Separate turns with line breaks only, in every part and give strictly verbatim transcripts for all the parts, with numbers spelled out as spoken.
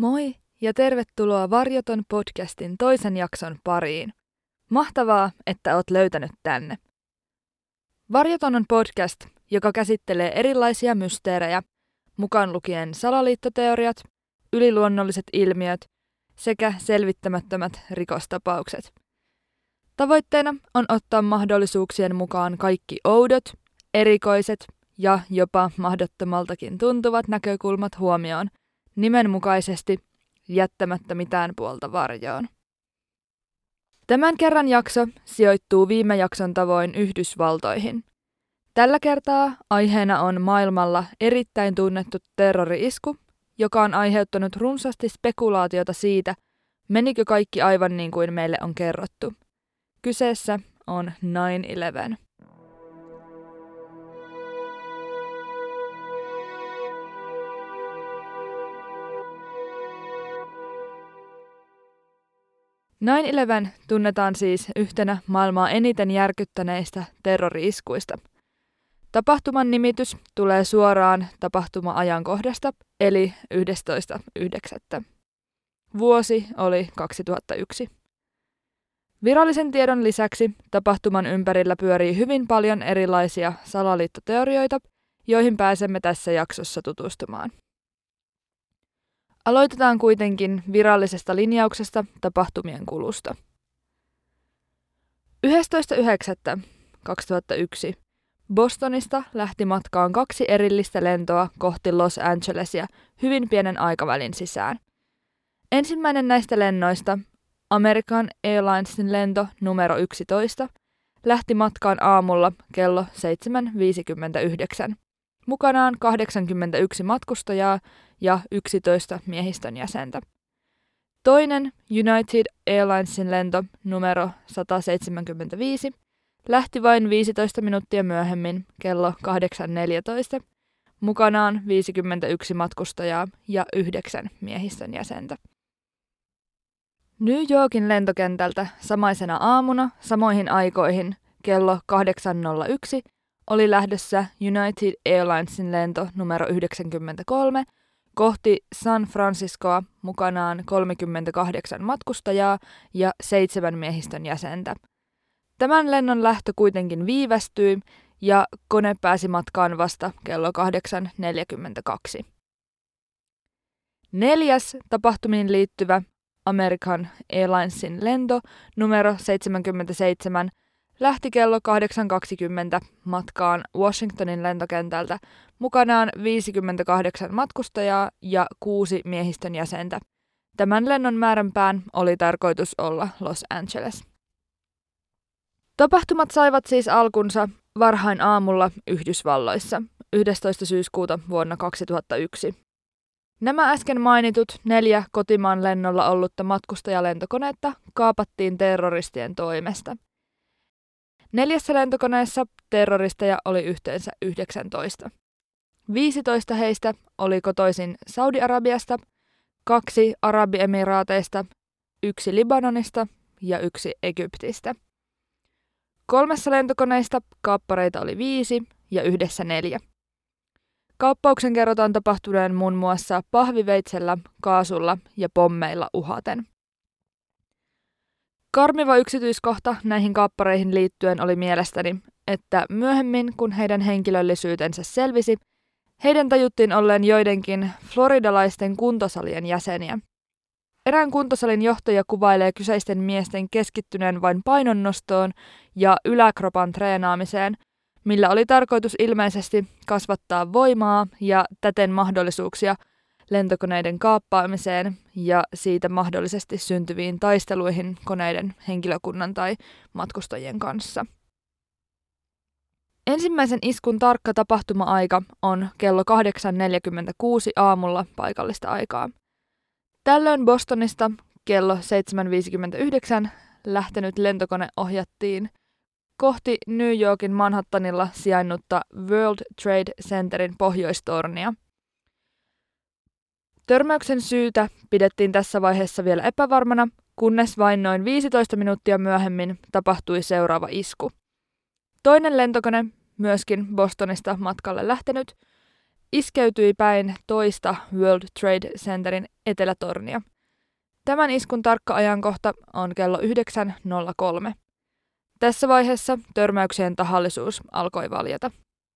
Moi ja tervetuloa Varjoton podcastin toisen jakson pariin. Mahtavaa, että oot löytänyt tänne. Varjoton on podcast, joka käsittelee erilaisia mysteerejä, mukaan lukien salaliittoteoriat, yliluonnolliset ilmiöt sekä selvittämättömät rikostapaukset. Tavoitteena on ottaa mahdollisuuksien mukaan kaikki oudot, erikoiset ja jopa mahdottomaltakin tuntuvat näkökulmat huomioon, nimenmukaisesti jättämättä mitään puolta varjoon. Tämän kerran jakso sijoittuu viime jakson tavoin Yhdysvaltoihin. Tällä kertaa aiheena on maailmalla erittäin tunnettu terrori-isku, joka on aiheuttanut runsaasti spekulaatiota siitä, menikö kaikki aivan niin kuin meille on kerrottu. Kyseessä on nine eleven. nine eleven tunnetaan siis yhtenä maailmaa eniten järkyttäneistä terrori-iskuista. Tapahtuman nimitys tulee suoraan tapahtuma-ajankohdasta, eli yhdestoista yhdeksättä Vuosi oli kaksituhattayksi. Virallisen tiedon lisäksi tapahtuman ympärillä pyörii hyvin paljon erilaisia salaliittoteorioita, joihin pääsemme tässä jaksossa tutustumaan. Aloitetaan kuitenkin virallisesta linjauksesta tapahtumien kulusta. yhdestoista yhdeksättä kaksituhattayksi Bostonista lähti matkaan kaksi erillistä lentoa kohti Los Angelesia hyvin pienen aikavälin sisään. Ensimmäinen näistä lennoista, American Airlinesin lento numero yksitoista, lähti matkaan aamulla kello seitsemän viisikymmentäyhdeksän. Mukanaan kahdeksankymmentäyksi matkustajaa ja yksitoista miehistön jäsentä. Toinen United Airlinesin lento numero sata seitsemänkymmentäviisi lähti vain viisitoista minuuttia myöhemmin kello kahdeksan neljätoista. Mukanaan viisikymmentäyksi matkustajaa ja yhdeksän miehistön jäsentä. New Yorkin lentokentältä samaisena aamuna samoihin aikoihin kello kahdeksan nolla yksi oli lähdössä United Airlinesin lento numero yhdeksänkymmentäkolme kohti San Franciscoa mukanaan kolmekymmentäkahdeksan matkustajaa ja seitsemän miehistön jäsentä. Tämän lennon lähtö kuitenkin viivästyi ja kone pääsi matkaan vasta kello kahdeksan neljäkymmentäkaksi. Neljäs tapahtumiin liittyvä American Airlinesin lento numero seitsemänkymmentäseitsemän lähti kello kahdeksan kaksikymmentä matkaan Washingtonin lentokentältä mukanaan viisikymmentäkahdeksan matkustajaa ja kuusi miehistön jäsentä. Tämän lennon määränpään oli tarkoitus olla Los Angeles. Tapahtumat saivat siis alkunsa varhain aamulla Yhdysvalloissa yhdestoista syyskuuta vuonna kaksituhattayksi. Nämä äsken mainitut neljä kotimaan lennolla ollutta matkustajalentokonetta kaapattiin terroristien toimesta. Neljässä lentokoneessa terroristeja oli yhteensä yhdeksäntoista. viisitoista heistä oli kotoisin Saudi-Arabiasta, kaksi Arabiemiraateista, yksi Libanonista ja yksi Egyptistä. Kolmessa lentokoneista kaappareita oli viisi ja yhdessä neljä. Kaappauksen kerrotaan tapahtuneen muun muassa pahviveitsellä, kaasulla ja pommeilla uhaten. Karmiva yksityiskohta näihin kaappareihin liittyen oli mielestäni, että myöhemmin kun heidän henkilöllisyytensä selvisi, heidän tajuttiin olleen joidenkin floridalaisten kuntosalien jäseniä. Erään kuntosalin johtaja kuvailee kyseisten miesten keskittyneen vain painonnostoon ja yläkropan treenaamiseen, millä oli tarkoitus ilmeisesti kasvattaa voimaa ja täten mahdollisuuksia lentokoneiden kaappaamiseen ja siitä mahdollisesti syntyviin taisteluihin koneiden henkilökunnan tai matkustajien kanssa. Ensimmäisen iskun tarkka tapahtuma-aika on kello kahdeksan neljäkymmentäkuusi aamulla paikallista aikaa. Tällöin Bostonista kello seitsemän viisikymmentäyhdeksän lähtenyt lentokone ohjattiin kohti New Yorkin Manhattanilla sijainnutta World Trade Centerin pohjoistornia. Törmäyksen syytä pidettiin tässä vaiheessa vielä epävarmana, kunnes vain noin viisitoista minuuttia myöhemmin tapahtui seuraava isku. Toinen lentokone, myöskin Bostonista matkalle lähtenyt, iskeytyi päin toista World Trade Centerin etelätornia. Tämän iskun tarkka ajankohta on kello yhdeksän nolla kolme. Tässä vaiheessa törmäyksien tahallisuus alkoi valjeta.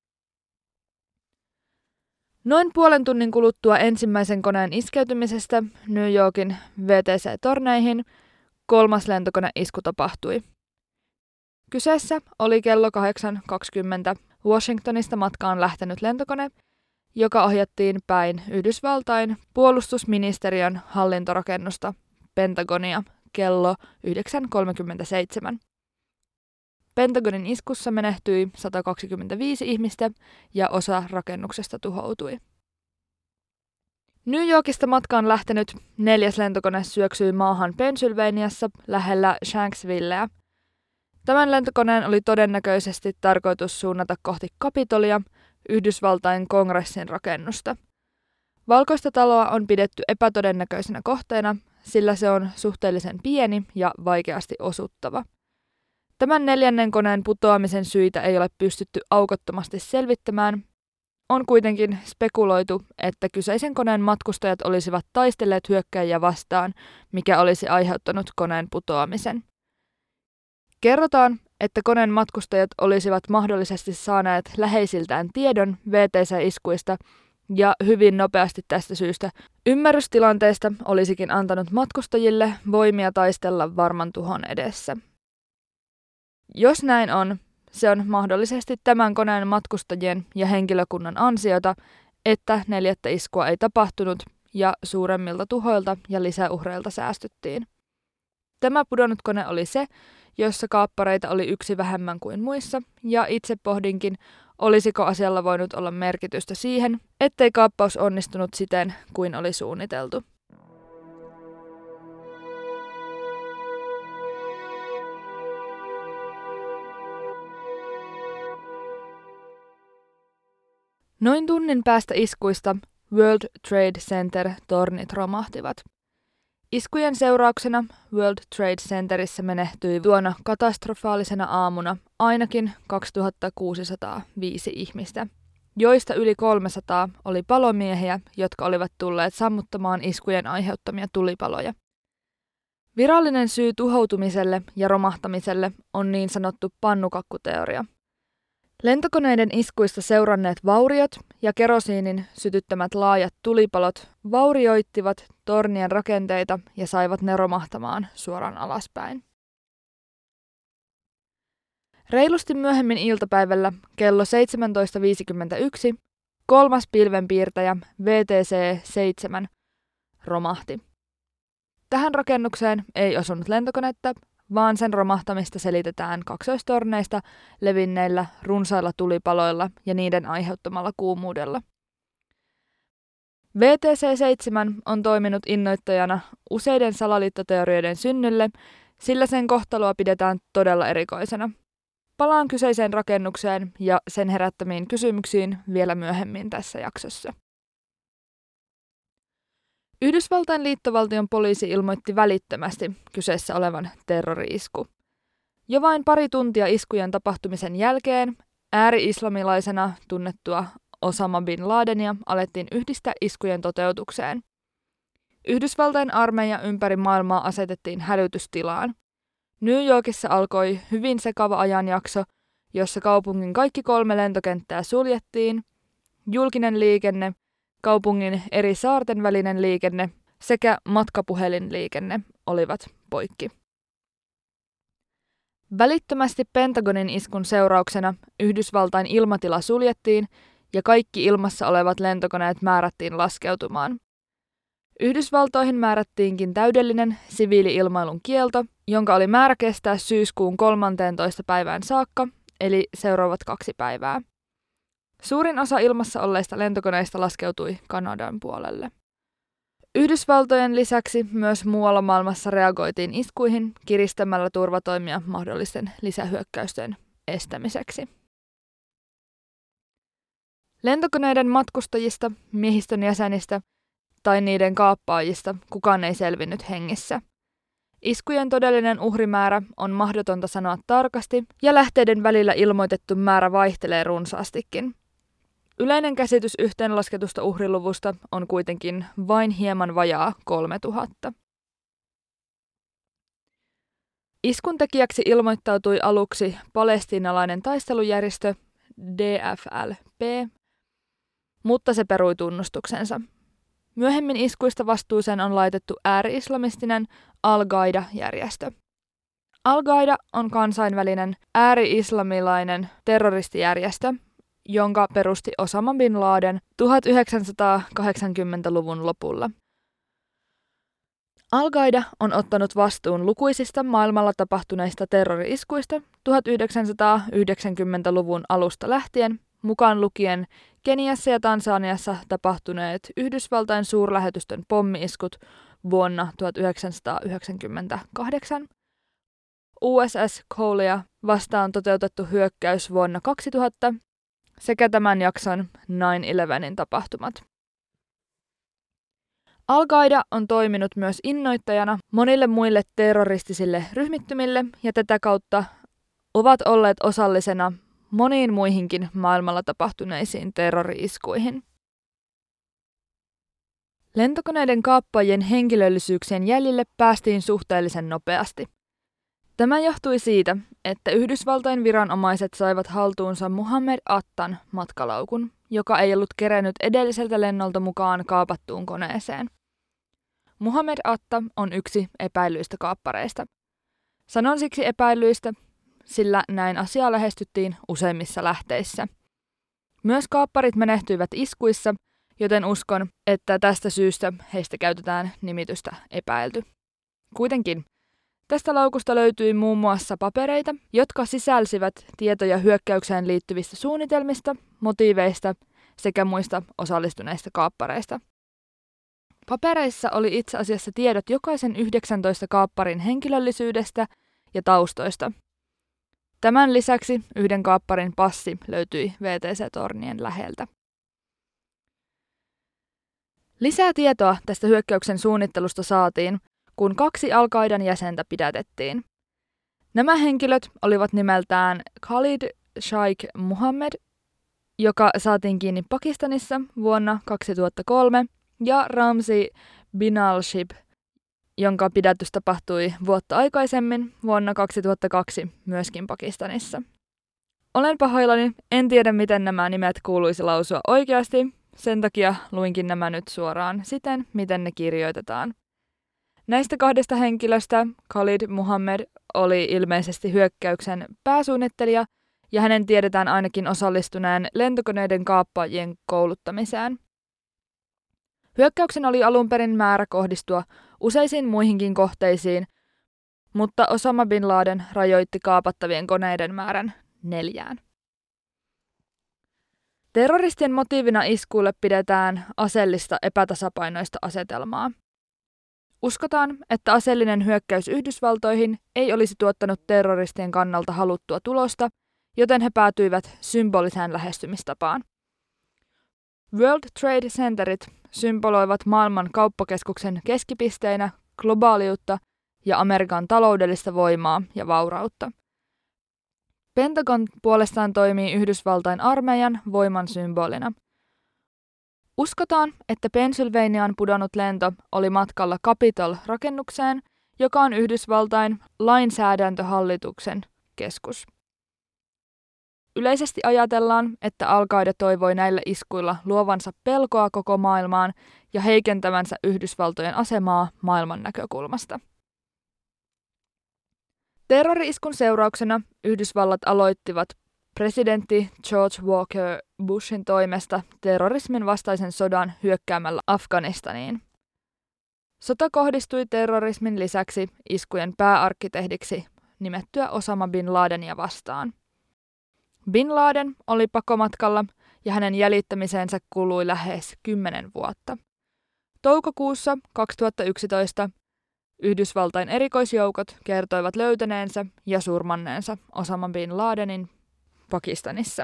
Noin puolen tunnin kuluttua ensimmäisen koneen iskeytymisestä New Yorkin V T C-torneihin kolmas lentokoneisku tapahtui. Kyseessä oli kello kahdeksan kaksikymmentä Washingtonista matkaan lähtenyt lentokone, joka ohjattiin päin Yhdysvaltain puolustusministeriön hallintorakennusta Pentagonia kello yhdeksän kolmekymmentäseitsemän. Pentagonin iskussa menehtyi sata kaksikymmentäviisi ihmistä ja osa rakennuksesta tuhoutui. New Yorkista matkaan lähtenyt neljäs lentokone syöksyi maahan Pennsylvaniassa lähellä Shanksvilleä. Tämän lentokoneen oli todennäköisesti tarkoitus suunnata kohti Kapitolia, Yhdysvaltain kongressin rakennusta. Valkoista taloa on pidetty epätodennäköisenä kohteena, sillä se on suhteellisen pieni ja vaikeasti osuttava. Tämän neljännen koneen putoamisen syitä ei ole pystytty aukottomasti selvittämään. On kuitenkin spekuloitu, että kyseisen koneen matkustajat olisivat taistelleet hyökkäjiä vastaan, mikä olisi aiheuttanut koneen putoamisen. Kerrotaan, että koneen matkustajat olisivat mahdollisesti saaneet läheisiltään tiedon V T C-iskuista ja hyvin nopeasti tästä syystä ymmärrystilanteesta olisikin antanut matkustajille voimia taistella varman tuhon edessä. Jos näin on, se on mahdollisesti tämän koneen matkustajien ja henkilökunnan ansiota, että neljättä iskua ei tapahtunut ja suuremmilta tuhoilta ja lisäuhreilta säästyttiin. Tämä pudonnut kone oli se, jossa kaappareita oli yksi vähemmän kuin muissa, ja itse pohdinkin, olisiko asialla voinut olla merkitystä siihen, ettei kaappaus onnistunut siten kuin oli suunniteltu. Noin tunnin päästä iskuista World Trade Center-tornit romahtivat. Iskujen seurauksena World Trade Centerissä menehtyi tuona katastrofaalisena aamuna ainakin kaksituhattakuusisataaviisi ihmistä, joista yli kolmesataa oli palomiehiä, jotka olivat tulleet sammuttamaan iskujen aiheuttamia tulipaloja. Virallinen syy tuhoutumiselle ja romahtamiselle on niin sanottu pannukakkuteoria. Lentokoneiden iskuista seuranneet vauriot ja kerosiinin sytyttämät laajat tulipalot vaurioittivat tornien rakenteita ja saivat ne romahtamaan suoraan alaspäin. Reilusti myöhemmin iltapäivällä kello seitsemäntoista viisikymmentäyksi kolmas pilvenpiirtäjä V T C seitsemän romahti. Tähän rakennukseen ei osunut lentokonetta, vaan sen romahtamista selitetään kaksoistorneista levinneillä runsailla tulipaloilla ja niiden aiheuttamalla kuumuudella. V T C seitsemän on toiminut innoittajana useiden salaliittoteorioiden synnylle, sillä sen kohtaloa pidetään todella erikoisena. Palaan kyseiseen rakennukseen ja sen herättämiin kysymyksiin vielä myöhemmin tässä jaksossa. Yhdysvaltain liittovaltion poliisi ilmoitti välittömästi kyseessä olevan terrori-isku. Jo vain pari tuntia iskujen tapahtumisen jälkeen ääri-islamilaisena tunnettua Osama bin Ladenia alettiin yhdistää iskujen toteutukseen. Yhdysvaltain armeija ympäri maailmaa asetettiin hälytystilaan. New Yorkissa alkoi hyvin sekava ajanjakso, jossa kaupungin kaikki kolme lentokenttää suljettiin, julkinen liikenne, kaupungin eri saarten välinen liikenne sekä matkapuhelinliikenne olivat poikki. Välittömästi Pentagonin iskun seurauksena Yhdysvaltain ilmatila suljettiin ja kaikki ilmassa olevat lentokoneet määrättiin laskeutumaan. Yhdysvaltoihin määrättiinkin täydellinen siviili-ilmailun kielto, jonka oli määrä kestää syyskuun kolmanteentoista päivään saakka, eli seuraavat kaksi päivää. Suurin osa ilmassa olleista lentokoneista laskeutui Kanadan puolelle. Yhdysvaltojen lisäksi myös muualla maailmassa reagoitiin iskuihin kiristämällä turvatoimia mahdollisten lisähyökkäysten estämiseksi. Lentokoneiden matkustajista, miehistön jäsenistä tai niiden kaappaajista kukaan ei selvinnyt hengissä. Iskujen todellinen uhrimäärä on mahdotonta sanoa tarkasti ja lähteiden välillä ilmoitettu määrä vaihtelee runsaastikin. Yleinen käsitys yhteenlasketusta uhriluvusta on kuitenkin vain hieman vajaa kolmetuhatta. Iskuntekijäksi ilmoittautui aluksi palestiinalainen taistelujärjestö D F L P, mutta se perui tunnustuksensa. Myöhemmin iskuista vastuuseen on laitettu ääri-islamistinen Al-Qaida-järjestö. Al-Qaida on kansainvälinen ääri-islamilainen terroristijärjestö, jonka perusti Osama bin Laden tuhatyhdeksänsataakahdeksankymmentäluvun lopulla. Al-Qaida on ottanut vastuun lukuisista maailmalla tapahtuneista terrori-iskuista tuhatyhdeksänsataayhdeksänkymmentäluvun alusta lähtien, mukaan lukien Keniassa ja Tansaniassa tapahtuneet Yhdysvaltain suurlähetystön pommi-iskut vuonna tuhatyhdeksänsataayhdeksänkymmentäkahdeksan, U S S Coleya vastaan toteutettu hyökkäys vuonna kaksituhatta sekä tämän jakson nine elevenin tapahtumat. Al-Qaida on toiminut myös innoittajana monille muille terroristisille ryhmittymille ja tätä kautta ovat olleet osallisena moniin muihinkin maailmalla tapahtuneisiin terrori-iskuihin. Lentokoneiden kaappaajien henkilöllisyyksien jäljille päästiin suhteellisen nopeasti. Tämä johtui siitä, että Yhdysvaltain viranomaiset saivat haltuunsa Muhammed Attan matkalaukun, joka ei ollut kerennyt edelliseltä lennolta mukaan kaapattuun koneeseen. Muhammed Atta on yksi epäilyistä kaappareista. Sanon siksi epäilyistä, sillä näin asiaa lähestyttiin useimmissa lähteissä. Myös kaapparit menehtyivät iskuissa, joten uskon, että tästä syystä heistä käytetään nimitystä epäilty. Kuitenkin tästä laukusta löytyi muun muassa papereita, jotka sisälsivät tietoja hyökkäykseen liittyvistä suunnitelmista, motiiveista sekä muista osallistuneista kaappareista. Papereissa oli itse asiassa tiedot jokaisen yhdeksäntoista kaapparin henkilöllisyydestä ja taustoista. Tämän lisäksi yhden kaapparin passi löytyi V T C-tornien läheltä. Lisää tietoa tästä hyökkäyksen suunnittelusta saatiin, kun kaksi Al-Qaidan jäsentä pidätettiin. Nämä henkilöt olivat nimeltään Khalid Sheikh Mohammed, joka saatiin kiinni Pakistanissa vuonna kaksituhattakolme, ja Ramzi Binalshib, jonka pidätys tapahtui vuotta aikaisemmin vuonna kaksituhattakaksi myöskin Pakistanissa. Olen pahoillani, en tiedä miten nämä nimet kuuluisi lausua oikeasti, sen takia luinkin nämä nyt suoraan siten, miten ne kirjoitetaan. Näistä kahdesta henkilöstä Khalid Mohammed oli ilmeisesti hyökkäyksen pääsuunnittelija ja hänen tiedetään ainakin osallistuneen lentokoneiden kaappaajien kouluttamiseen. Hyökkäyksen oli alun perin määrä kohdistua useisiin muihinkin kohteisiin, mutta Osama bin Laden rajoitti kaapattavien koneiden määrän neljään. Terroristien motiivina iskuille pidetään aseellista epätasapainoista asetelmaa. Uskotaan, että aseellinen hyökkäys Yhdysvaltoihin ei olisi tuottanut terroristien kannalta haluttua tulosta, joten he päätyivät symboliseen lähestymistapaan. World Trade Centerit symboloivat maailman kauppakeskuksen keskipisteinä globaaliutta ja Amerikan taloudellista voimaa ja vaurautta. Pentagon puolestaan toimii Yhdysvaltain armeijan voiman symbolina. Uskotaan, että Pennsylvaniaan pudonnut lento oli matkalla Capitol-rakennukseen, joka on Yhdysvaltain lainsäädäntöhallituksen keskus. Yleisesti ajatellaan, että Al-Qaida toivoi näillä iskuilla luovansa pelkoa koko maailmaan ja heikentävänsä Yhdysvaltojen asemaa maailman näkökulmasta. Terrori-iskun seurauksena Yhdysvallat aloittivat presidentti George Walker Bushin toimesta terrorismin vastaisen sodan hyökkäämällä Afganistaniin. Sota kohdistui terrorismin lisäksi iskujen pääarkkitehdiksi nimettyä Osama bin Ladenia vastaan. Bin Laden oli pakomatkalla ja hänen jäljittämiseensä kului lähes kymmenen vuotta. Toukokuussa kaksituhattayksitoista Yhdysvaltain erikoisjoukot kertoivat löytäneensä ja surmanneensa Osama bin Ladenin Pakistanissa.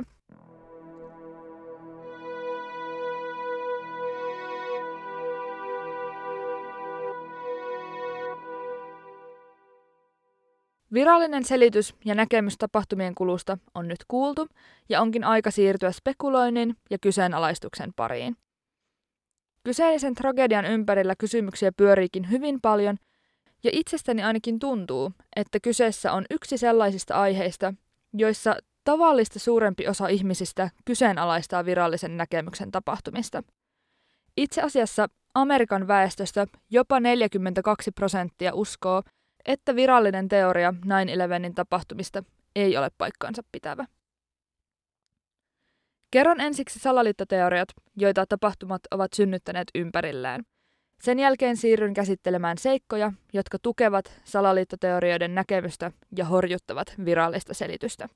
Virallinen selitys ja näkemys tapahtumien kulusta on nyt kuultu ja onkin aika siirtyä spekuloinnin ja kyseenalaistuksen pariin. Kyseisen tragedian ympärillä kysymyksiä pyöriikin hyvin paljon ja itsestäni ainakin tuntuu, että kyseessä on yksi sellaisista aiheista, joissa tavallista suurempi osa ihmisistä kyseenalaistaa virallisen näkemyksen tapahtumista. Itse asiassa Amerikan väestöstä jopa neljäkymmentäkaksi prosenttia uskoo, että virallinen teoria nine eleven tapahtumista ei ole paikkaansa pitävä. Kerron ensiksi salaliittoteoriat, joita tapahtumat ovat synnyttäneet ympärillään. Sen jälkeen siirryn käsittelemään seikkoja, jotka tukevat salaliittoteorioiden näkemystä ja horjuttavat virallista selitystä.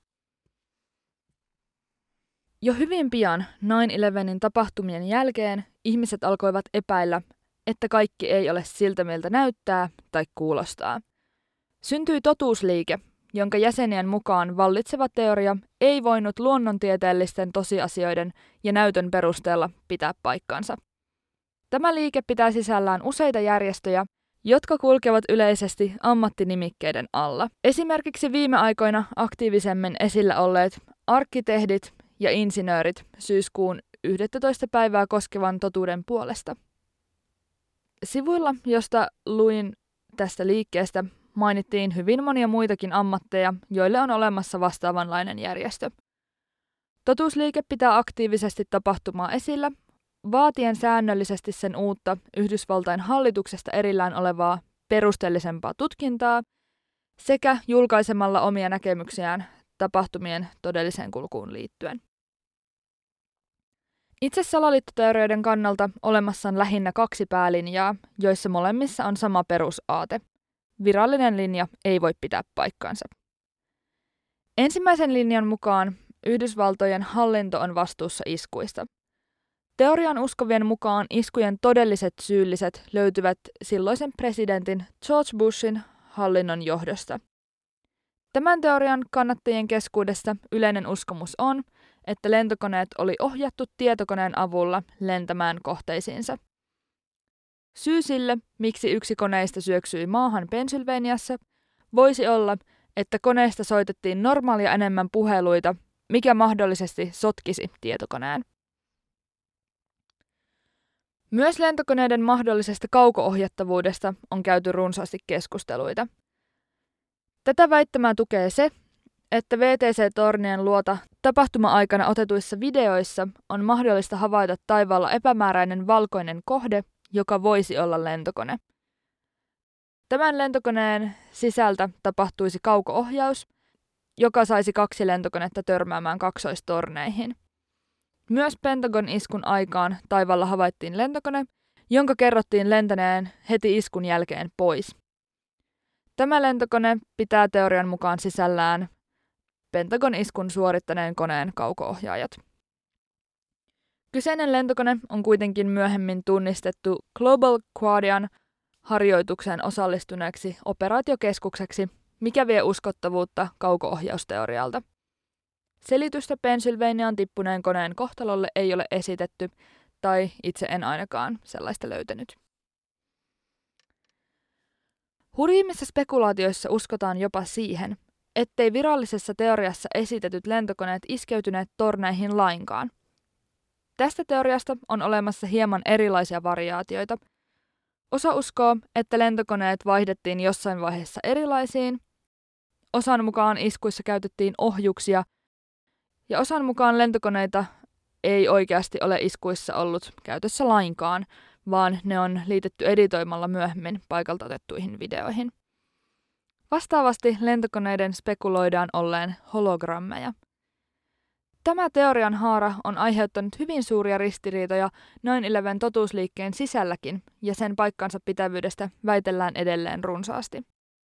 Jo hyvin pian nine eleven tapahtumien jälkeen ihmiset alkoivat epäillä, että kaikki ei ole siltä, miltä näyttää tai kuulostaa. Syntyi totuusliike, jonka jäsenien mukaan vallitseva teoria ei voinut luonnontieteellisten tosiasioiden ja näytön perusteella pitää paikkansa. Tämä liike pitää sisällään useita järjestöjä, jotka kulkevat yleisesti ammattinimikkeiden alla. Esimerkiksi viime aikoina aktiivisemmin esillä olleet arkkitehdit ja insinöörit syyskuun yhdestoista päivää koskevan totuuden puolesta. Sivuilla, josta luin tästä liikkeestä, mainittiin hyvin monia muitakin ammatteja, joille on olemassa vastaavanlainen järjestö. Totuusliike pitää aktiivisesti tapahtumaa esillä, vaatien säännöllisesti sen uutta Yhdysvaltain hallituksesta erillään olevaa perusteellisempaa tutkintaa sekä julkaisemalla omia näkemyksiään tapahtumien todelliseen kulkuun liittyen. Itse salaliittoteorioiden kannalta olemassa on lähinnä kaksi päälinjaa, joissa molemmissa on sama perusaate. Virallinen linja ei voi pitää paikkaansa. Ensimmäisen linjan mukaan Yhdysvaltojen hallinto on vastuussa iskuista. Teorian uskovien mukaan iskujen todelliset syylliset löytyvät silloisen presidentin George Bushin hallinnon johdosta. Tämän teorian kannattajien keskuudessa yleinen uskomus on, että lentokoneet oli ohjattu tietokoneen avulla lentämään kohteisiinsa. Syy sille, miksi yksi koneista syöksyi maahan Pennsylvaniassa, voisi olla, että koneesta soitettiin normaalia enemmän puheluita, mikä mahdollisesti sotkisi tietokoneen. Myös lentokoneiden mahdollisesta kauko-ohjattavuudesta on käyty runsaasti keskusteluita. Tätä väittämää tukee se, että V T C-tornien luota tapahtuma-aikana otetuissa videoissa on mahdollista havaita taivaalla epämääräinen valkoinen kohde, joka voisi olla lentokone. Tämän lentokoneen sisältä tapahtuisi kauko-ohjaus, joka saisi kaksi lentokonetta törmäämään kaksoistorneihin. Myös Pentagon-iskun aikaan taivaalla havaittiin lentokone, jonka kerrottiin lentäneen heti iskun jälkeen pois. Tämä lentokone pitää teorian mukaan sisällään Pentagon-iskun suorittaneen koneen kauko-ohjaajat. Kyseinen lentokone on kuitenkin myöhemmin tunnistettu Global Guardian harjoitukseen osallistuneeksi operaatiokeskukseksi, mikä vie uskottavuutta kauko-ohjausteorialta. Selitystä Pennsylvaniaan tippuneen koneen kohtalolle ei ole esitetty, tai itse en ainakaan sellaista löytänyt. Hurjimmissa spekulaatioissa uskotaan jopa siihen, ettei virallisessa teoriassa esitetyt lentokoneet iskeytyneet torneihin lainkaan. Tästä teoriasta on olemassa hieman erilaisia variaatioita. Osa uskoo, että lentokoneet vaihdettiin jossain vaiheessa erilaisiin, osan mukaan iskuissa käytettiin ohjuksia, ja osan mukaan lentokoneita ei oikeasti ole iskuissa ollut käytössä lainkaan, vaan ne on liitetty editoimalla myöhemmin paikalta otettuihin videoihin. Vastaavasti lentokoneiden spekuloidaan olleen hologrammeja. Tämä teorian haara on aiheuttanut hyvin suuria ristiriitoja nine eleven totuusliikkeen sisälläkin, ja sen paikkansa pitävyydestä väitellään edelleen runsaasti.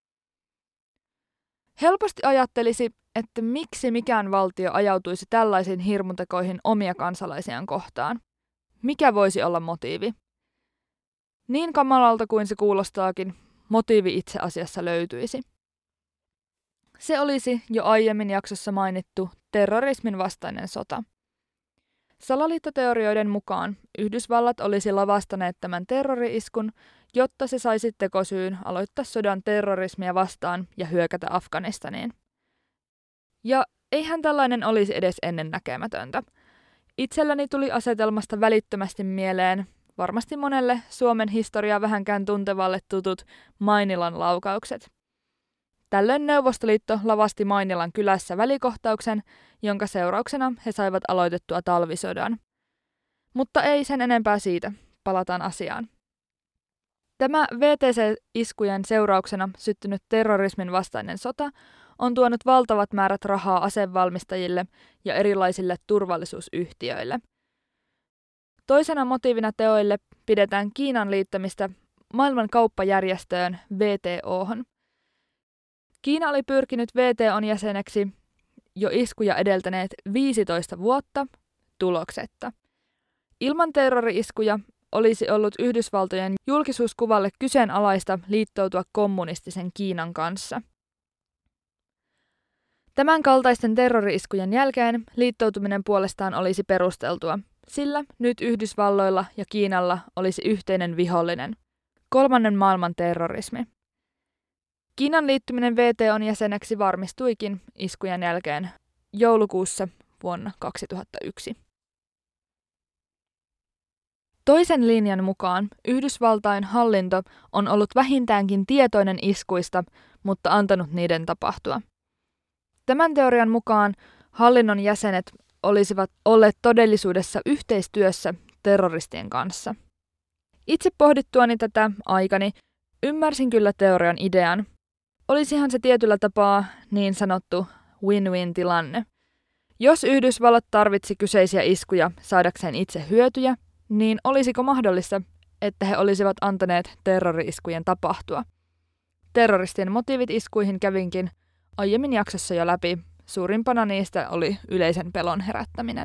Helposti ajattelisi, että miksi mikään valtio ajautuisi tällaisiin hirmutekoihin omia kansalaisiaan kohtaan. Mikä voisi olla motiivi? Niin kamalalta kuin se kuulostaakin, motiivi itse asiassa löytyisi. Se olisi jo aiemmin jaksossa mainittu terrorismin vastainen sota. Salaliittoteorioiden mukaan Yhdysvallat olisi lavastaneet tämän terrori-iskun, jotta se saisi tekosyyn aloittaa sodan terrorismia vastaan ja hyökätä Afganistaniin. Ja eihän tällainen olisi edes ennennäkemätöntä. Itselläni tuli asetelmasta välittömästi mieleen varmasti monelle Suomen historiaa vähänkään tuntevalle tutut Mainilan laukaukset. Tällöin Neuvostoliitto lavasti Mainilan kylässä välikohtauksen, jonka seurauksena he saivat aloitettua talvisodan. Mutta ei sen enempää siitä, palataan asiaan. Tämä V T C-iskujen seurauksena syttynyt terrorismin vastainen sota on tuonut valtavat määrät rahaa asevalmistajille ja erilaisille turvallisuusyhtiöille. Toisena motiivina teoille pidetään Kiinan liittämistä maailman kauppajärjestöön W T O:hon. Kiina oli pyrkinyt W T O:n jäseneksi jo iskuja edeltäneet viisitoista vuotta tuloksetta. Ilman terrori-iskuja olisi ollut Yhdysvaltojen julkisuuskuvalle kyseenalaista liittoutua kommunistisen Kiinan kanssa. Tämän kaltaisten terrori-iskujen jälkeen liittoutuminen puolestaan olisi perusteltua, sillä nyt Yhdysvalloilla ja Kiinalla olisi yhteinen vihollinen, kolmannen maailman terrorismi. Kiinan liittyminen W T O:n jäseneksi varmistuikin iskujen jälkeen joulukuussa vuonna kaksituhattayksi. Toisen linjan mukaan Yhdysvaltain hallinto on ollut vähintäänkin tietoinen iskuista, mutta antanut niiden tapahtua. Tämän teorian mukaan hallinnon jäsenet olisivat olleet todellisuudessa yhteistyössä terroristien kanssa. Itse pohdittuani tätä aikani ymmärsin kyllä teorian idean. Olisihan se tietyllä tapaa niin sanottu win-win-tilanne. Jos Yhdysvallat tarvitsi kyseisiä iskuja saadakseen itse hyötyjä, niin olisiko mahdollista, että he olisivat antaneet terrori-iskujen tapahtua? Terroristien motiivit iskuihin kävinkin aiemmin jaksossa jo läpi. Suurimpana niistä oli yleisen pelon herättäminen.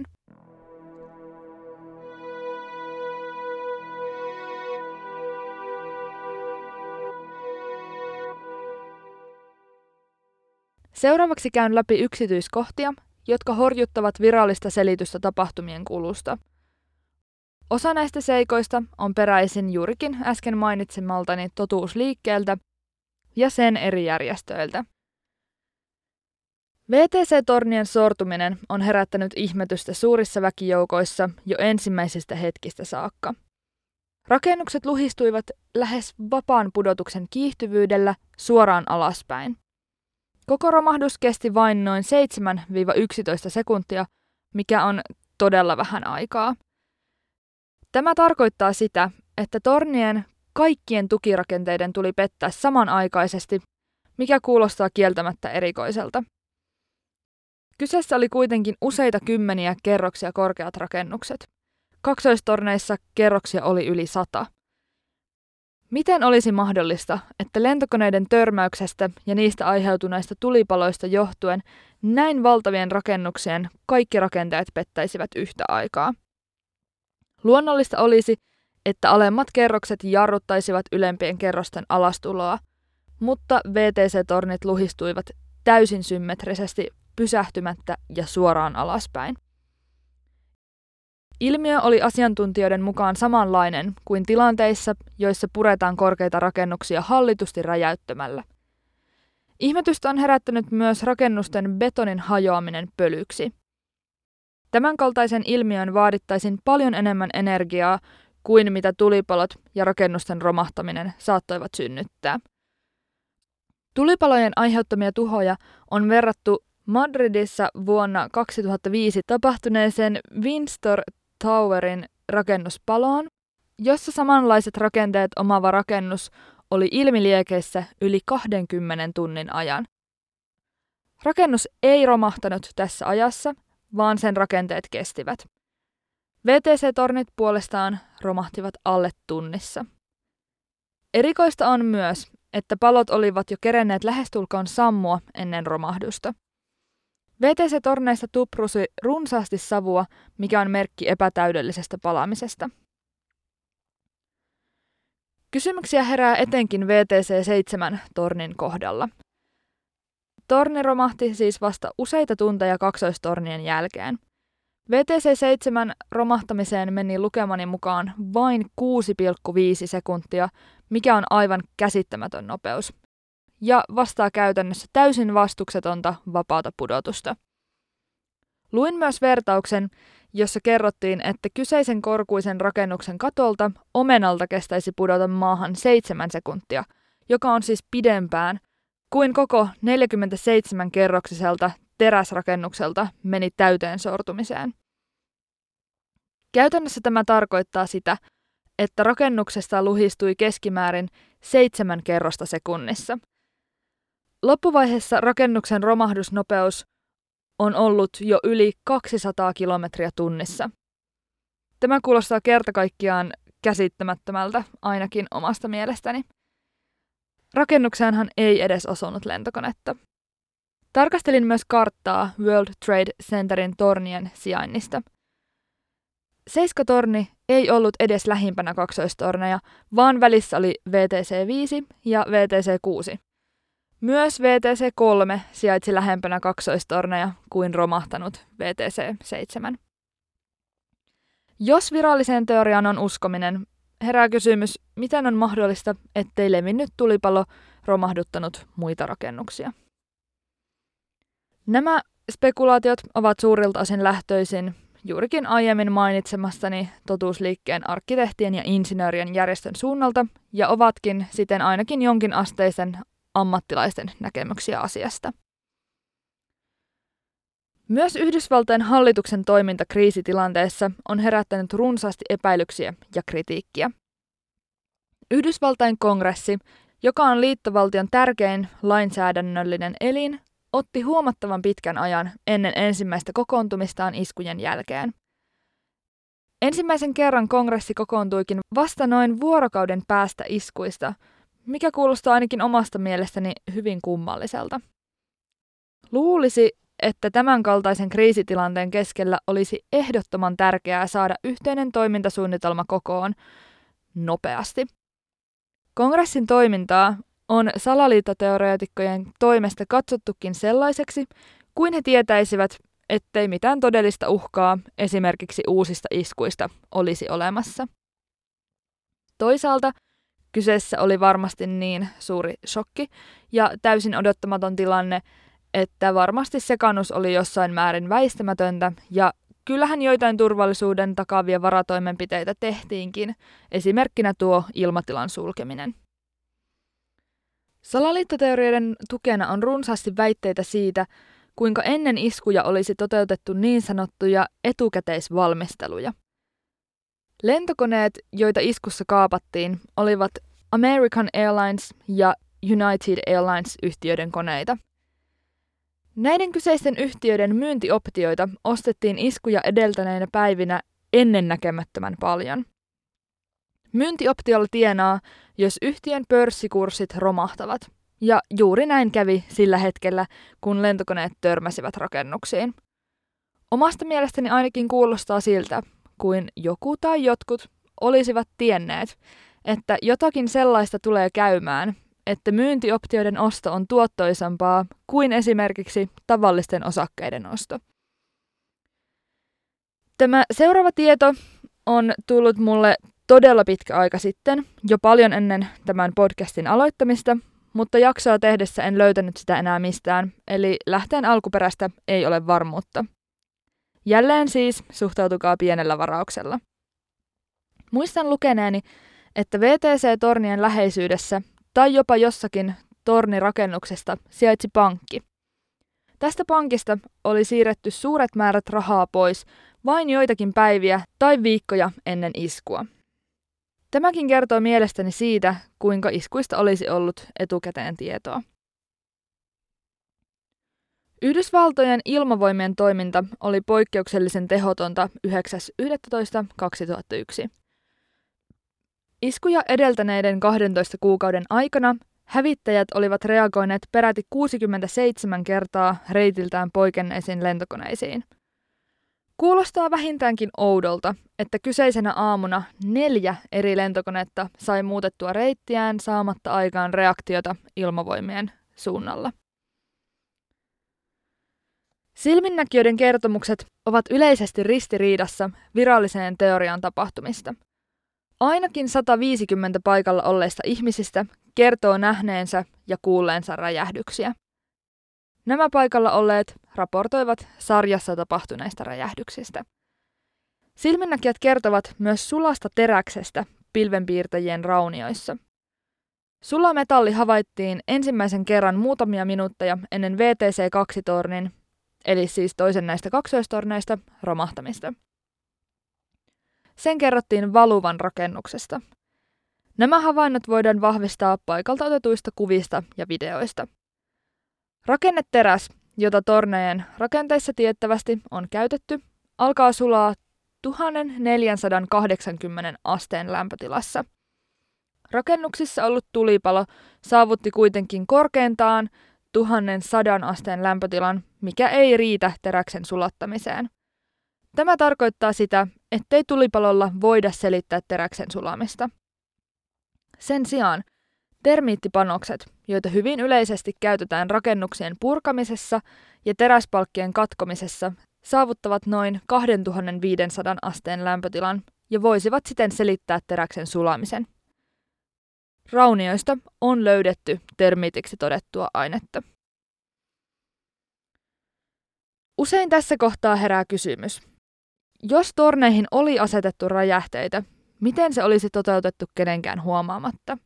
Seuraavaksi käyn läpi yksityiskohtia, jotka horjuttavat virallista selitystä tapahtumien kulusta. Osa näistä seikoista on peräisin juurikin äsken mainitsemaltani totuusliikkeeltä ja sen eri järjestöiltä. V T C-tornien sortuminen on herättänyt ihmetystä suurissa väkijoukoissa jo ensimmäisistä hetkistä saakka. Rakennukset luhistuivat lähes vapaan pudotuksen kiihtyvyydellä suoraan alaspäin. Koko romahdus kesti vain noin seitsemän yksitoista sekuntia, mikä on todella vähän aikaa. Tämä tarkoittaa sitä, että tornien kaikkien tukirakenteiden tuli pettää samanaikaisesti, mikä kuulostaa kieltämättä erikoiselta. Kyseessä oli kuitenkin useita kymmeniä kerroksia korkeat rakennukset. Kaksoistorneissa kerroksia oli yli sata. Miten olisi mahdollista, että lentokoneiden törmäyksestä ja niistä aiheutuneista tulipaloista johtuen näin valtavien rakennuksien kaikki rakenteet pettäisivät yhtä aikaa? Luonnollista olisi, että alemmat kerrokset jarruttaisivat ylempien kerrosten alastuloa, mutta V T C-tornit luhistuivat täysin symmetrisesti, pysähtymättä ja suoraan alaspäin. Ilmiö oli asiantuntijoiden mukaan samanlainen kuin tilanteissa, joissa puretaan korkeita rakennuksia hallitusti räjäyttämällä. Ihmetystä on herättänyt myös rakennusten betonin hajoaminen pölyksi. Tämänkaltaisen ilmiön vaadittaisiin paljon enemmän energiaa kuin mitä tulipalot ja rakennusten romahtaminen saattoivat synnyttää. Tulipalojen aiheuttamia tuhoja on verrattu Madridissa vuonna kaksituhattaviisi tapahtuneeseen Windsor Towerin rakennuspaloon, jossa samanlaiset rakenteet omaava rakennus oli ilmiliekeissä yli kahdenkymmenen tunnin ajan. Rakennus ei romahtanut tässä ajassa, vaan sen rakenteet kestivät. V T C-tornit puolestaan romahtivat alle tunnissa. Erikoista on myös, että palot olivat jo kerenneet lähestulkoon sammua ennen romahdusta. V T C-torneista tuprusi runsaasti savua, mikä on merkki epätäydellisestä palamisesta. Kysymyksiä herää etenkin V T C seitsemän tornin kohdalla. Torni romahti siis vasta useita tunteja kaksoistornien jälkeen. V T C seitsemän romahtamiseen meni lukemani mukaan vain kuusi pilkku viisi sekuntia, mikä on aivan käsittämätön nopeus, ja vastaa käytännössä täysin vastuksetonta vapaata pudotusta. Luin myös vertauksen, jossa kerrottiin, että kyseisen korkuisen rakennuksen katolta omenalta kestäisi pudota maahan seitsemän sekuntia, joka on siis pidempään kuin koko neljäkymmentäseitsemän kerroksiselta teräsrakennukselta meni täyteen sortumiseen. Käytännössä tämä tarkoittaa sitä, että rakennuksesta luhistui keskimäärin seitsemän kerrosta sekunnissa. Loppuvaiheessa rakennuksen romahdusnopeus on ollut jo yli kaksisataa kilometriä tunnissa. Tämä kuulostaa kerta kaikkiaan käsittämättömältä, ainakin omasta mielestäni. Rakennukseenhan ei edes osunut lentokonetta. Tarkastelin myös karttaa World Trade Centerin tornien sijainnista. Seiskatorni ei ollut edes lähimpänä kaksoistorneja, vaan välissä oli V T C viisi ja V T C kuusi. Myös V T C kolme sijaitsi lähempänä kaksoistorneja kuin romahtanut V T C seitsemän. Jos viralliseen teoriaan on uskominen, herää kysymys, miten on mahdollista, ettei levinnyt tulipalo romahduttanut muita rakennuksia. Nämä spekulaatiot ovat suurilta osin lähtöisin juurikin aiemmin mainitsemastani totuusliikkeen arkkitehtien ja insinöörien järjestön suunnalta ja ovatkin siten ainakin jonkin asteisen ammattilaisten näkemyksiä asiasta. Myös Yhdysvaltain hallituksen toiminta kriisitilanteessa on herättänyt runsaasti epäilyksiä ja kritiikkiä. Yhdysvaltain kongressi, joka on liittovaltion tärkein lainsäädännöllinen elin, otti huomattavan pitkän ajan ennen ensimmäistä kokoontumistaan iskujen jälkeen. Ensimmäisen kerran kongressi kokoontuikin vasta noin vuorokauden päästä iskuista, mikä kuulostaa ainakin omasta mielestäni hyvin kummalliselta. Luulisi, että tämänkaltaisen kriisitilanteen keskellä olisi ehdottoman tärkeää saada yhteinen toimintasuunnitelma kokoon nopeasti. Kongressin toimintaa on salaliittoteoreetikkojen toimesta katsottukin sellaiseksi, kuin he tietäisivät, ettei mitään todellista uhkaa esimerkiksi uusista iskuista olisi olemassa. Toisaalta kyseessä oli varmasti niin suuri shokki ja täysin odottamaton tilanne, että varmasti sekannus oli jossain määrin väistämätöntä ja kyllähän joitain turvallisuuden takaavia varatoimenpiteitä tehtiinkin, esimerkkinä tuo ilmatilan sulkeminen. Salaliittoteorioiden tukena on runsaasti väitteitä siitä, kuinka ennen iskuja olisi toteutettu niin sanottuja etukäteisvalmisteluja. Lentokoneet, joita iskussa kaapattiin, olivat American Airlines ja United Airlines-yhtiöiden koneita. Näiden kyseisten yhtiöiden myyntioptioita ostettiin iskuja edeltäneinä päivinä ennennäkemättömän paljon. Myyntioptiolla tienaa, jos yhtiön pörssikurssit romahtavat, ja juuri näin kävi sillä hetkellä, kun lentokoneet törmäsivät rakennuksiin. Omasta mielestäni ainakin kuulostaa siltä, kuin joku tai jotkut olisivat tienneet, että jotakin sellaista tulee käymään, että myyntioptioiden osto on tuottoisampaa kuin esimerkiksi tavallisten osakkeiden osto. Tämä seuraava tieto on tullut mulle todella pitkä aika sitten, jo paljon ennen tämän podcastin aloittamista, mutta jaksoa tehdessä en löytänyt sitä enää mistään, eli lähteen alkuperästä ei ole varmuutta. Jälleen siis suhtautukaa pienellä varauksella. Muistan lukeneeni, että V T C-tornien läheisyydessä tai jopa jossakin tornirakennuksesta sijaitsi pankki. Tästä pankista oli siirretty suuret määrät rahaa pois vain joitakin päiviä tai viikkoja ennen iskua. Tämäkin kertoo mielestäni siitä, kuinka iskuista olisi ollut etukäteen tietoa. Yhdysvaltojen ilmavoimien toiminta oli poikkeuksellisen tehotonta yhdeksäs yhdettätoista kaksituhattayksi. Iskuja edeltäneiden kahdentoista kuukauden aikana hävittäjät olivat reagoineet peräti kuusikymmentäseitsemän kertaa reitiltään poikenneisiin lentokoneisiin. Kuulostaa vähintäänkin oudolta, että kyseisenä aamuna neljä eri lentokonetta sai muutettua reittiään saamatta aikaan reaktiota ilmavoimien suunnalla. Silminnäkijöiden kertomukset ovat yleisesti ristiriidassa viralliseen teoriaan tapahtumista. Ainakin sata viisikymmentä paikalla olleista ihmisistä kertoo nähneensä ja kuulleensa räjähdyksiä. Nämä paikalla olleet raportoivat sarjassa tapahtuneista räjähdyksistä. Silminnäkijät kertovat myös sulasta teräksestä pilvenpiirtäjien raunioissa. Sulametalli havaittiin ensimmäisen kerran muutamia minuutteja ennen V T C kaksi -tornin, eli siis toisen näistä kaksoistorneista, romahtamista. Sen kerrottiin valuvan rakennuksesta. Nämä havainnot voidaan vahvistaa paikalta otetuista kuvista ja videoista. Rakenneteräs, jota tornejen rakenteissa tiettävästi on käytetty, alkaa sulaa tuhatneljäsataakahdeksankymmentä asteen lämpötilassa. Rakennuksissa ollut tulipalo saavutti kuitenkin korkeintaan tuhatsadan asteen lämpötilan, mikä ei riitä teräksen sulattamiseen. Tämä tarkoittaa sitä, ettei tulipalolla voida selittää teräksen sulamista. Sen sijaan termiittipanokset, joita hyvin yleisesti käytetään rakennuksien purkamisessa ja teräspalkkien katkomisessa, saavuttavat noin kaksituhattaviisisataa asteen lämpötilan ja voisivat siten selittää teräksen sulamisen. Raunioista on löydetty termiitiksi todettua ainetta. Usein tässä kohtaa herää kysymys. Jos torneihin oli asetettu räjähteitä, miten se olisi toteutettu kenenkään huomaamatta?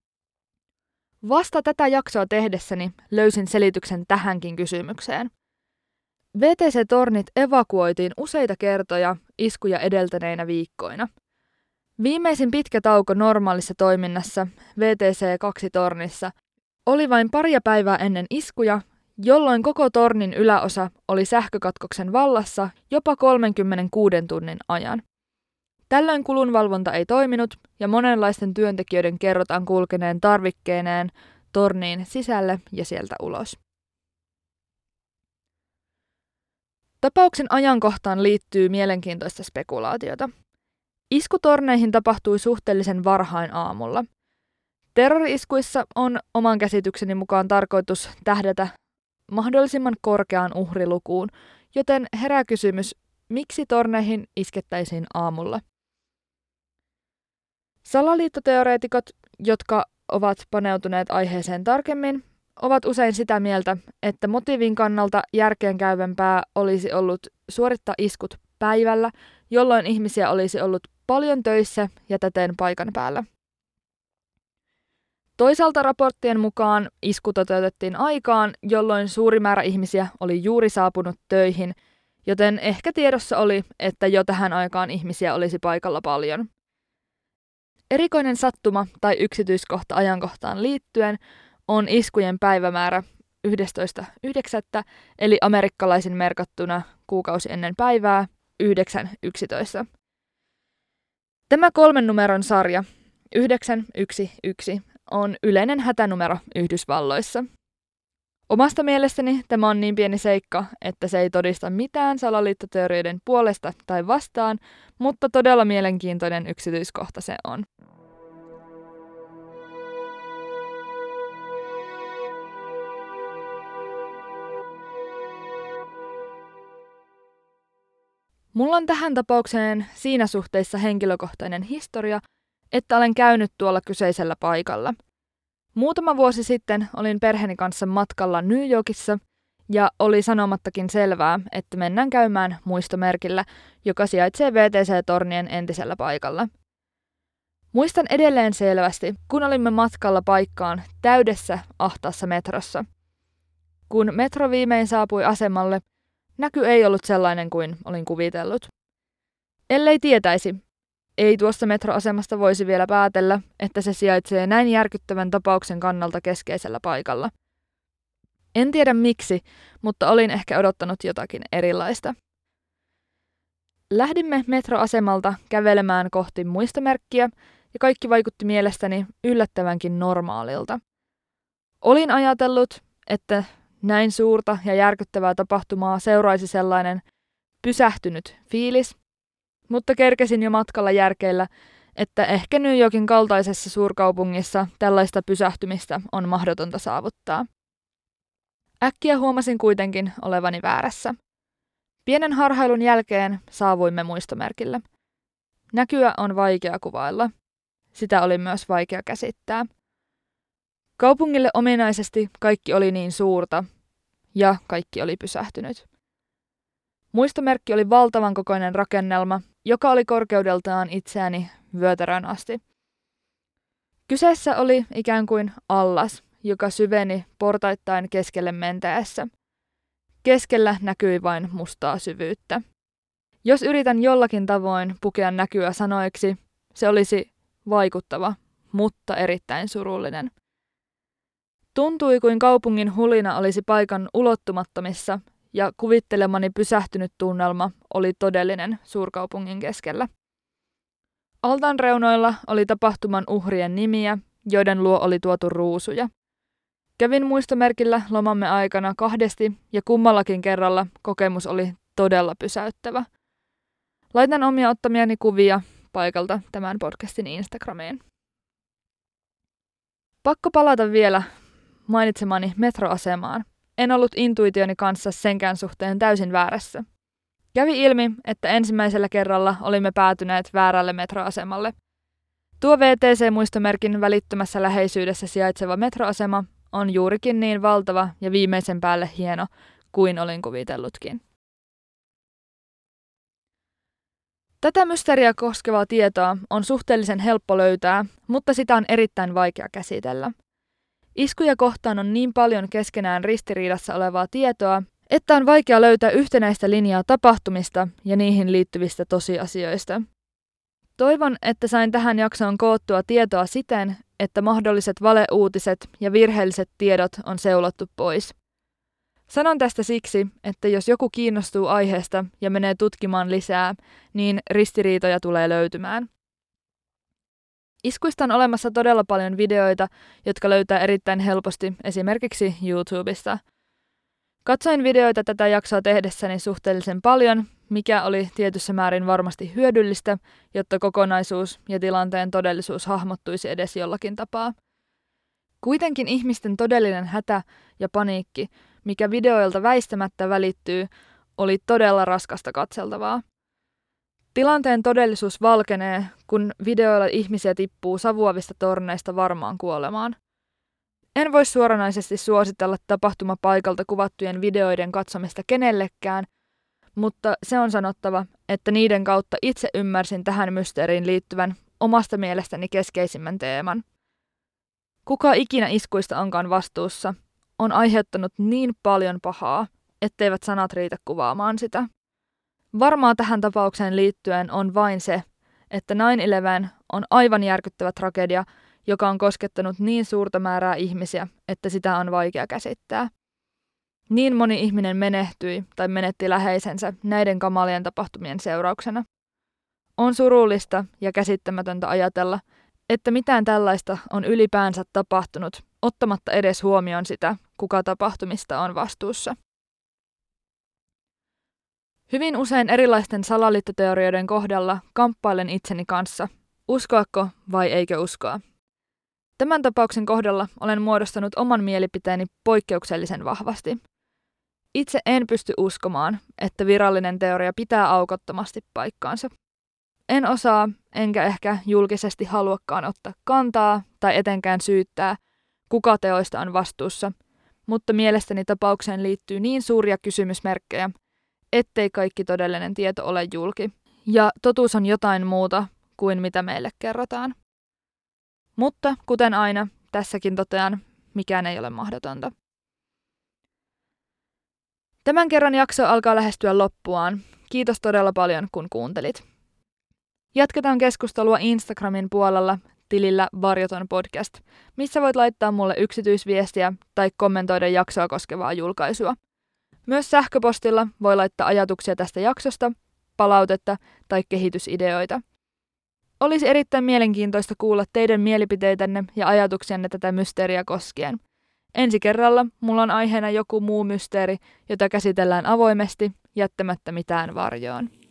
Vasta tätä jaksoa tehdessäni löysin selityksen tähänkin kysymykseen. V T C-tornit evakuoitiin useita kertoja iskuja edeltäneinä viikkoina. Viimeisin pitkä tauko normaalissa toiminnassa V T C kaksi -tornissa oli vain paria päivää ennen iskuja, jolloin koko tornin yläosa oli sähkökatkoksen vallassa jopa kolmenkymmenenkuuden tunnin ajan. Tällöin kulunvalvonta ei toiminut ja monenlaisten työntekijöiden kerrotaan kulkeneen tarvikkeineen torniin sisälle ja sieltä ulos. Tapauksen ajankohtaan liittyy mielenkiintoista spekulaatiota. Isku torneihin tapahtui suhteellisen varhain aamulla. Terrori-iskuissa on oman käsitykseni mukaan tarkoitus tähdätä mahdollisimman korkeaan uhrilukuun, joten herää kysymys, miksi torneihin iskettäisiin aamulla? Salaliittoteoreetikot, jotka ovat paneutuneet aiheeseen tarkemmin, ovat usein sitä mieltä, että motiivin kannalta järkeenkäyvämpää olisi ollut suorittaa iskut päivällä, jolloin ihmisiä olisi ollut paljon töissä ja täten paikan päällä. Toisaalta raporttien mukaan isku toteutettiin aikaan, jolloin suuri määrä ihmisiä oli juuri saapunut töihin, joten ehkä tiedossa oli, että jo tähän aikaan ihmisiä olisi paikalla paljon. Erikoinen sattuma tai yksityiskohta ajankohtaan liittyen on iskujen päivämäärä yhdestoista yhdeksättä eli amerikkalaisin merkattuna kuukausi ennen päivää yhdeksän yksitoista. Tämä kolmen numeron sarja yhdeksän yksi yksi on yleinen hätänumero Yhdysvalloissa. Omasta mielestäni tämä on niin pieni seikka, että se ei todista mitään salaliittoteorioiden puolesta tai vastaan, mutta todella mielenkiintoinen yksityiskohta se on. Mulla on tähän tapaukseen siinä suhteessa henkilökohtainen historia, että olen käynyt tuolla kyseisellä paikalla. Muutama vuosi sitten olin perheeni kanssa matkalla New Yorkissa ja oli sanomattakin selvää, että mennään käymään muistomerkillä, joka sijaitsee V T C-tornien entisellä paikalla. Muistan edelleen selvästi, kun olimme matkalla paikkaan täydessä ahtaassa metrossa. Kun metro viimein saapui asemalle, näky ei ollut sellainen kuin olin kuvitellut. Ellei tietäisi, ei tuosta metroasemasta voisi vielä päätellä, että se sijaitsee näin järkyttävän tapauksen kannalta keskeisellä paikalla. En tiedä miksi, mutta olin ehkä odottanut jotakin erilaista. Lähdimme metroasemalta kävelemään kohti muistomerkkiä ja kaikki vaikutti mielestäni yllättävänkin normaalilta. Olin ajatellut, että näin suurta ja järkyttävää tapahtumaa seuraisi sellainen pysähtynyt fiilis, mutta kerkesin jo matkalla järkeillä, että ehkä New Yorkin kaltaisessa suurkaupungissa tällaista pysähtymistä on mahdotonta saavuttaa. Äkkiä huomasin kuitenkin olevani väärässä. Pienen harhailun jälkeen saavuimme muistomerkille. Näkyä on vaikea kuvailla. Sitä oli myös vaikea käsittää. Kaupungille ominaisesti kaikki oli niin suurta, ja kaikki oli pysähtynyt. Muistomerkki oli valtavan kokoinen rakennelma, joka oli korkeudeltaan itseäni vyötärön asti. Kyseessä oli ikään kuin allas, joka syveni portaittain keskelle mentäessä. Keskellä näkyi vain mustaa syvyyttä. Jos yritän jollakin tavoin pukea näkyä sanoiksi, se olisi vaikuttava, mutta erittäin surullinen. Tuntui kuin kaupungin hulina olisi paikan ulottumattomissa ja kuvittelemani pysähtynyt tunnelma oli todellinen suurkaupungin keskellä. Altaan reunoilla oli tapahtuman uhrien nimiä, joiden luo oli tuotu ruusuja. Kävin muistomerkillä lomamme aikana kahdesti ja kummallakin kerralla kokemus oli todella pysäyttävä. Laitan omia ottamiani kuvia paikalta tämän podcastin Instagramiin. Pakko palata vielä mainitsemani metroasemaan. En ollut intuitioni kanssa senkään suhteen täysin väärässä. Kävi ilmi, että ensimmäisellä kerralla olimme päätyneet väärälle metroasemalle. Tuo V T C-muistomerkin välittömässä läheisyydessä sijaitseva metroasema on juurikin niin valtava ja viimeisen päälle hieno kuin olin kuvitellutkin. Tätä mysteeriä koskevaa tietoa on suhteellisen helppo löytää, mutta sitä on erittäin vaikea käsitellä. Iskuja kohtaan on niin paljon keskenään ristiriidassa olevaa tietoa, että on vaikea löytää yhtenäistä linjaa tapahtumista ja niihin liittyvistä tosiasioista. Toivon, että sain tähän jaksoon koottua tietoa siten, että mahdolliset valeuutiset ja virheelliset tiedot on seulottu pois. Sanon tästä siksi, että jos joku kiinnostuu aiheesta ja menee tutkimaan lisää, niin ristiriitoja tulee löytymään. Iskuista on olemassa todella paljon videoita, jotka löytää erittäin helposti esimerkiksi YouTubesta. Katsoin videoita tätä jaksoa tehdessäni suhteellisen paljon, mikä oli tietyssä määrin varmasti hyödyllistä, jotta kokonaisuus ja tilanteen todellisuus hahmottuisi edes jollakin tapaa. Kuitenkin ihmisten todellinen hätä ja paniikki, mikä videoilta väistämättä välittyy, oli todella raskasta katseltavaa. Tilanteen todellisuus valkenee, kun videoilla ihmisiä tippuu savuavista torneista varmaan kuolemaan. En voi suoranaisesti suositella tapahtumapaikalta kuvattujen videoiden katsomista kenellekään, mutta se on sanottava, että niiden kautta itse ymmärsin tähän mysteeriin liittyvän omasta mielestäni keskeisimmän teeman. Kuka ikinä iskuista onkaan vastuussa, on aiheuttanut niin paljon pahaa, etteivät sanat riitä kuvaamaan sitä. Varmaa tähän tapaukseen liittyen on vain se, että nine eleven on aivan järkyttävä tragedia, joka on koskettanut niin suurta määrää ihmisiä, että sitä on vaikea käsittää. Niin moni ihminen menehtyi tai menetti läheisensä näiden kamalien tapahtumien seurauksena. On surullista ja käsittämätöntä ajatella, että mitään tällaista on ylipäänsä tapahtunut, ottamatta edes huomioon sitä, kuka tapahtumista on vastuussa. Hyvin usein erilaisten salaliittoteorioiden kohdalla kamppailen itseni kanssa, uskoako vai eikö uskoa. Tämän tapauksen kohdalla olen muodostanut oman mielipiteeni poikkeuksellisen vahvasti. Itse en pysty uskomaan, että virallinen teoria pitää aukottomasti paikkaansa. En osaa, enkä ehkä julkisesti haluakaan ottaa kantaa tai etenkään syyttää, kuka teoista on vastuussa, mutta mielestäni tapaukseen liittyy niin suuria kysymysmerkkejä, ettei kaikki todellinen tieto ole julki, ja totuus on jotain muuta kuin mitä meille kerrotaan. Mutta kuten aina, tässäkin totean, mikään ei ole mahdotonta. Tämän kerran jakso alkaa lähestyä loppuaan. Kiitos todella paljon, kun kuuntelit. Jatketaan keskustelua Instagramin puolella tilillä Varjoton podcast, missä voit laittaa mulle yksityisviestiä tai kommentoida jaksoa koskevaa julkaisua. Myös sähköpostilla voi laittaa ajatuksia tästä jaksosta, palautetta tai kehitysideoita. Olisi erittäin mielenkiintoista kuulla teidän mielipiteitänne ja ajatuksianne tätä mysteeriä koskien. Ensi kerralla mulla on aiheena joku muu mysteeri, jota käsitellään avoimesti, jättämättä mitään varjoon.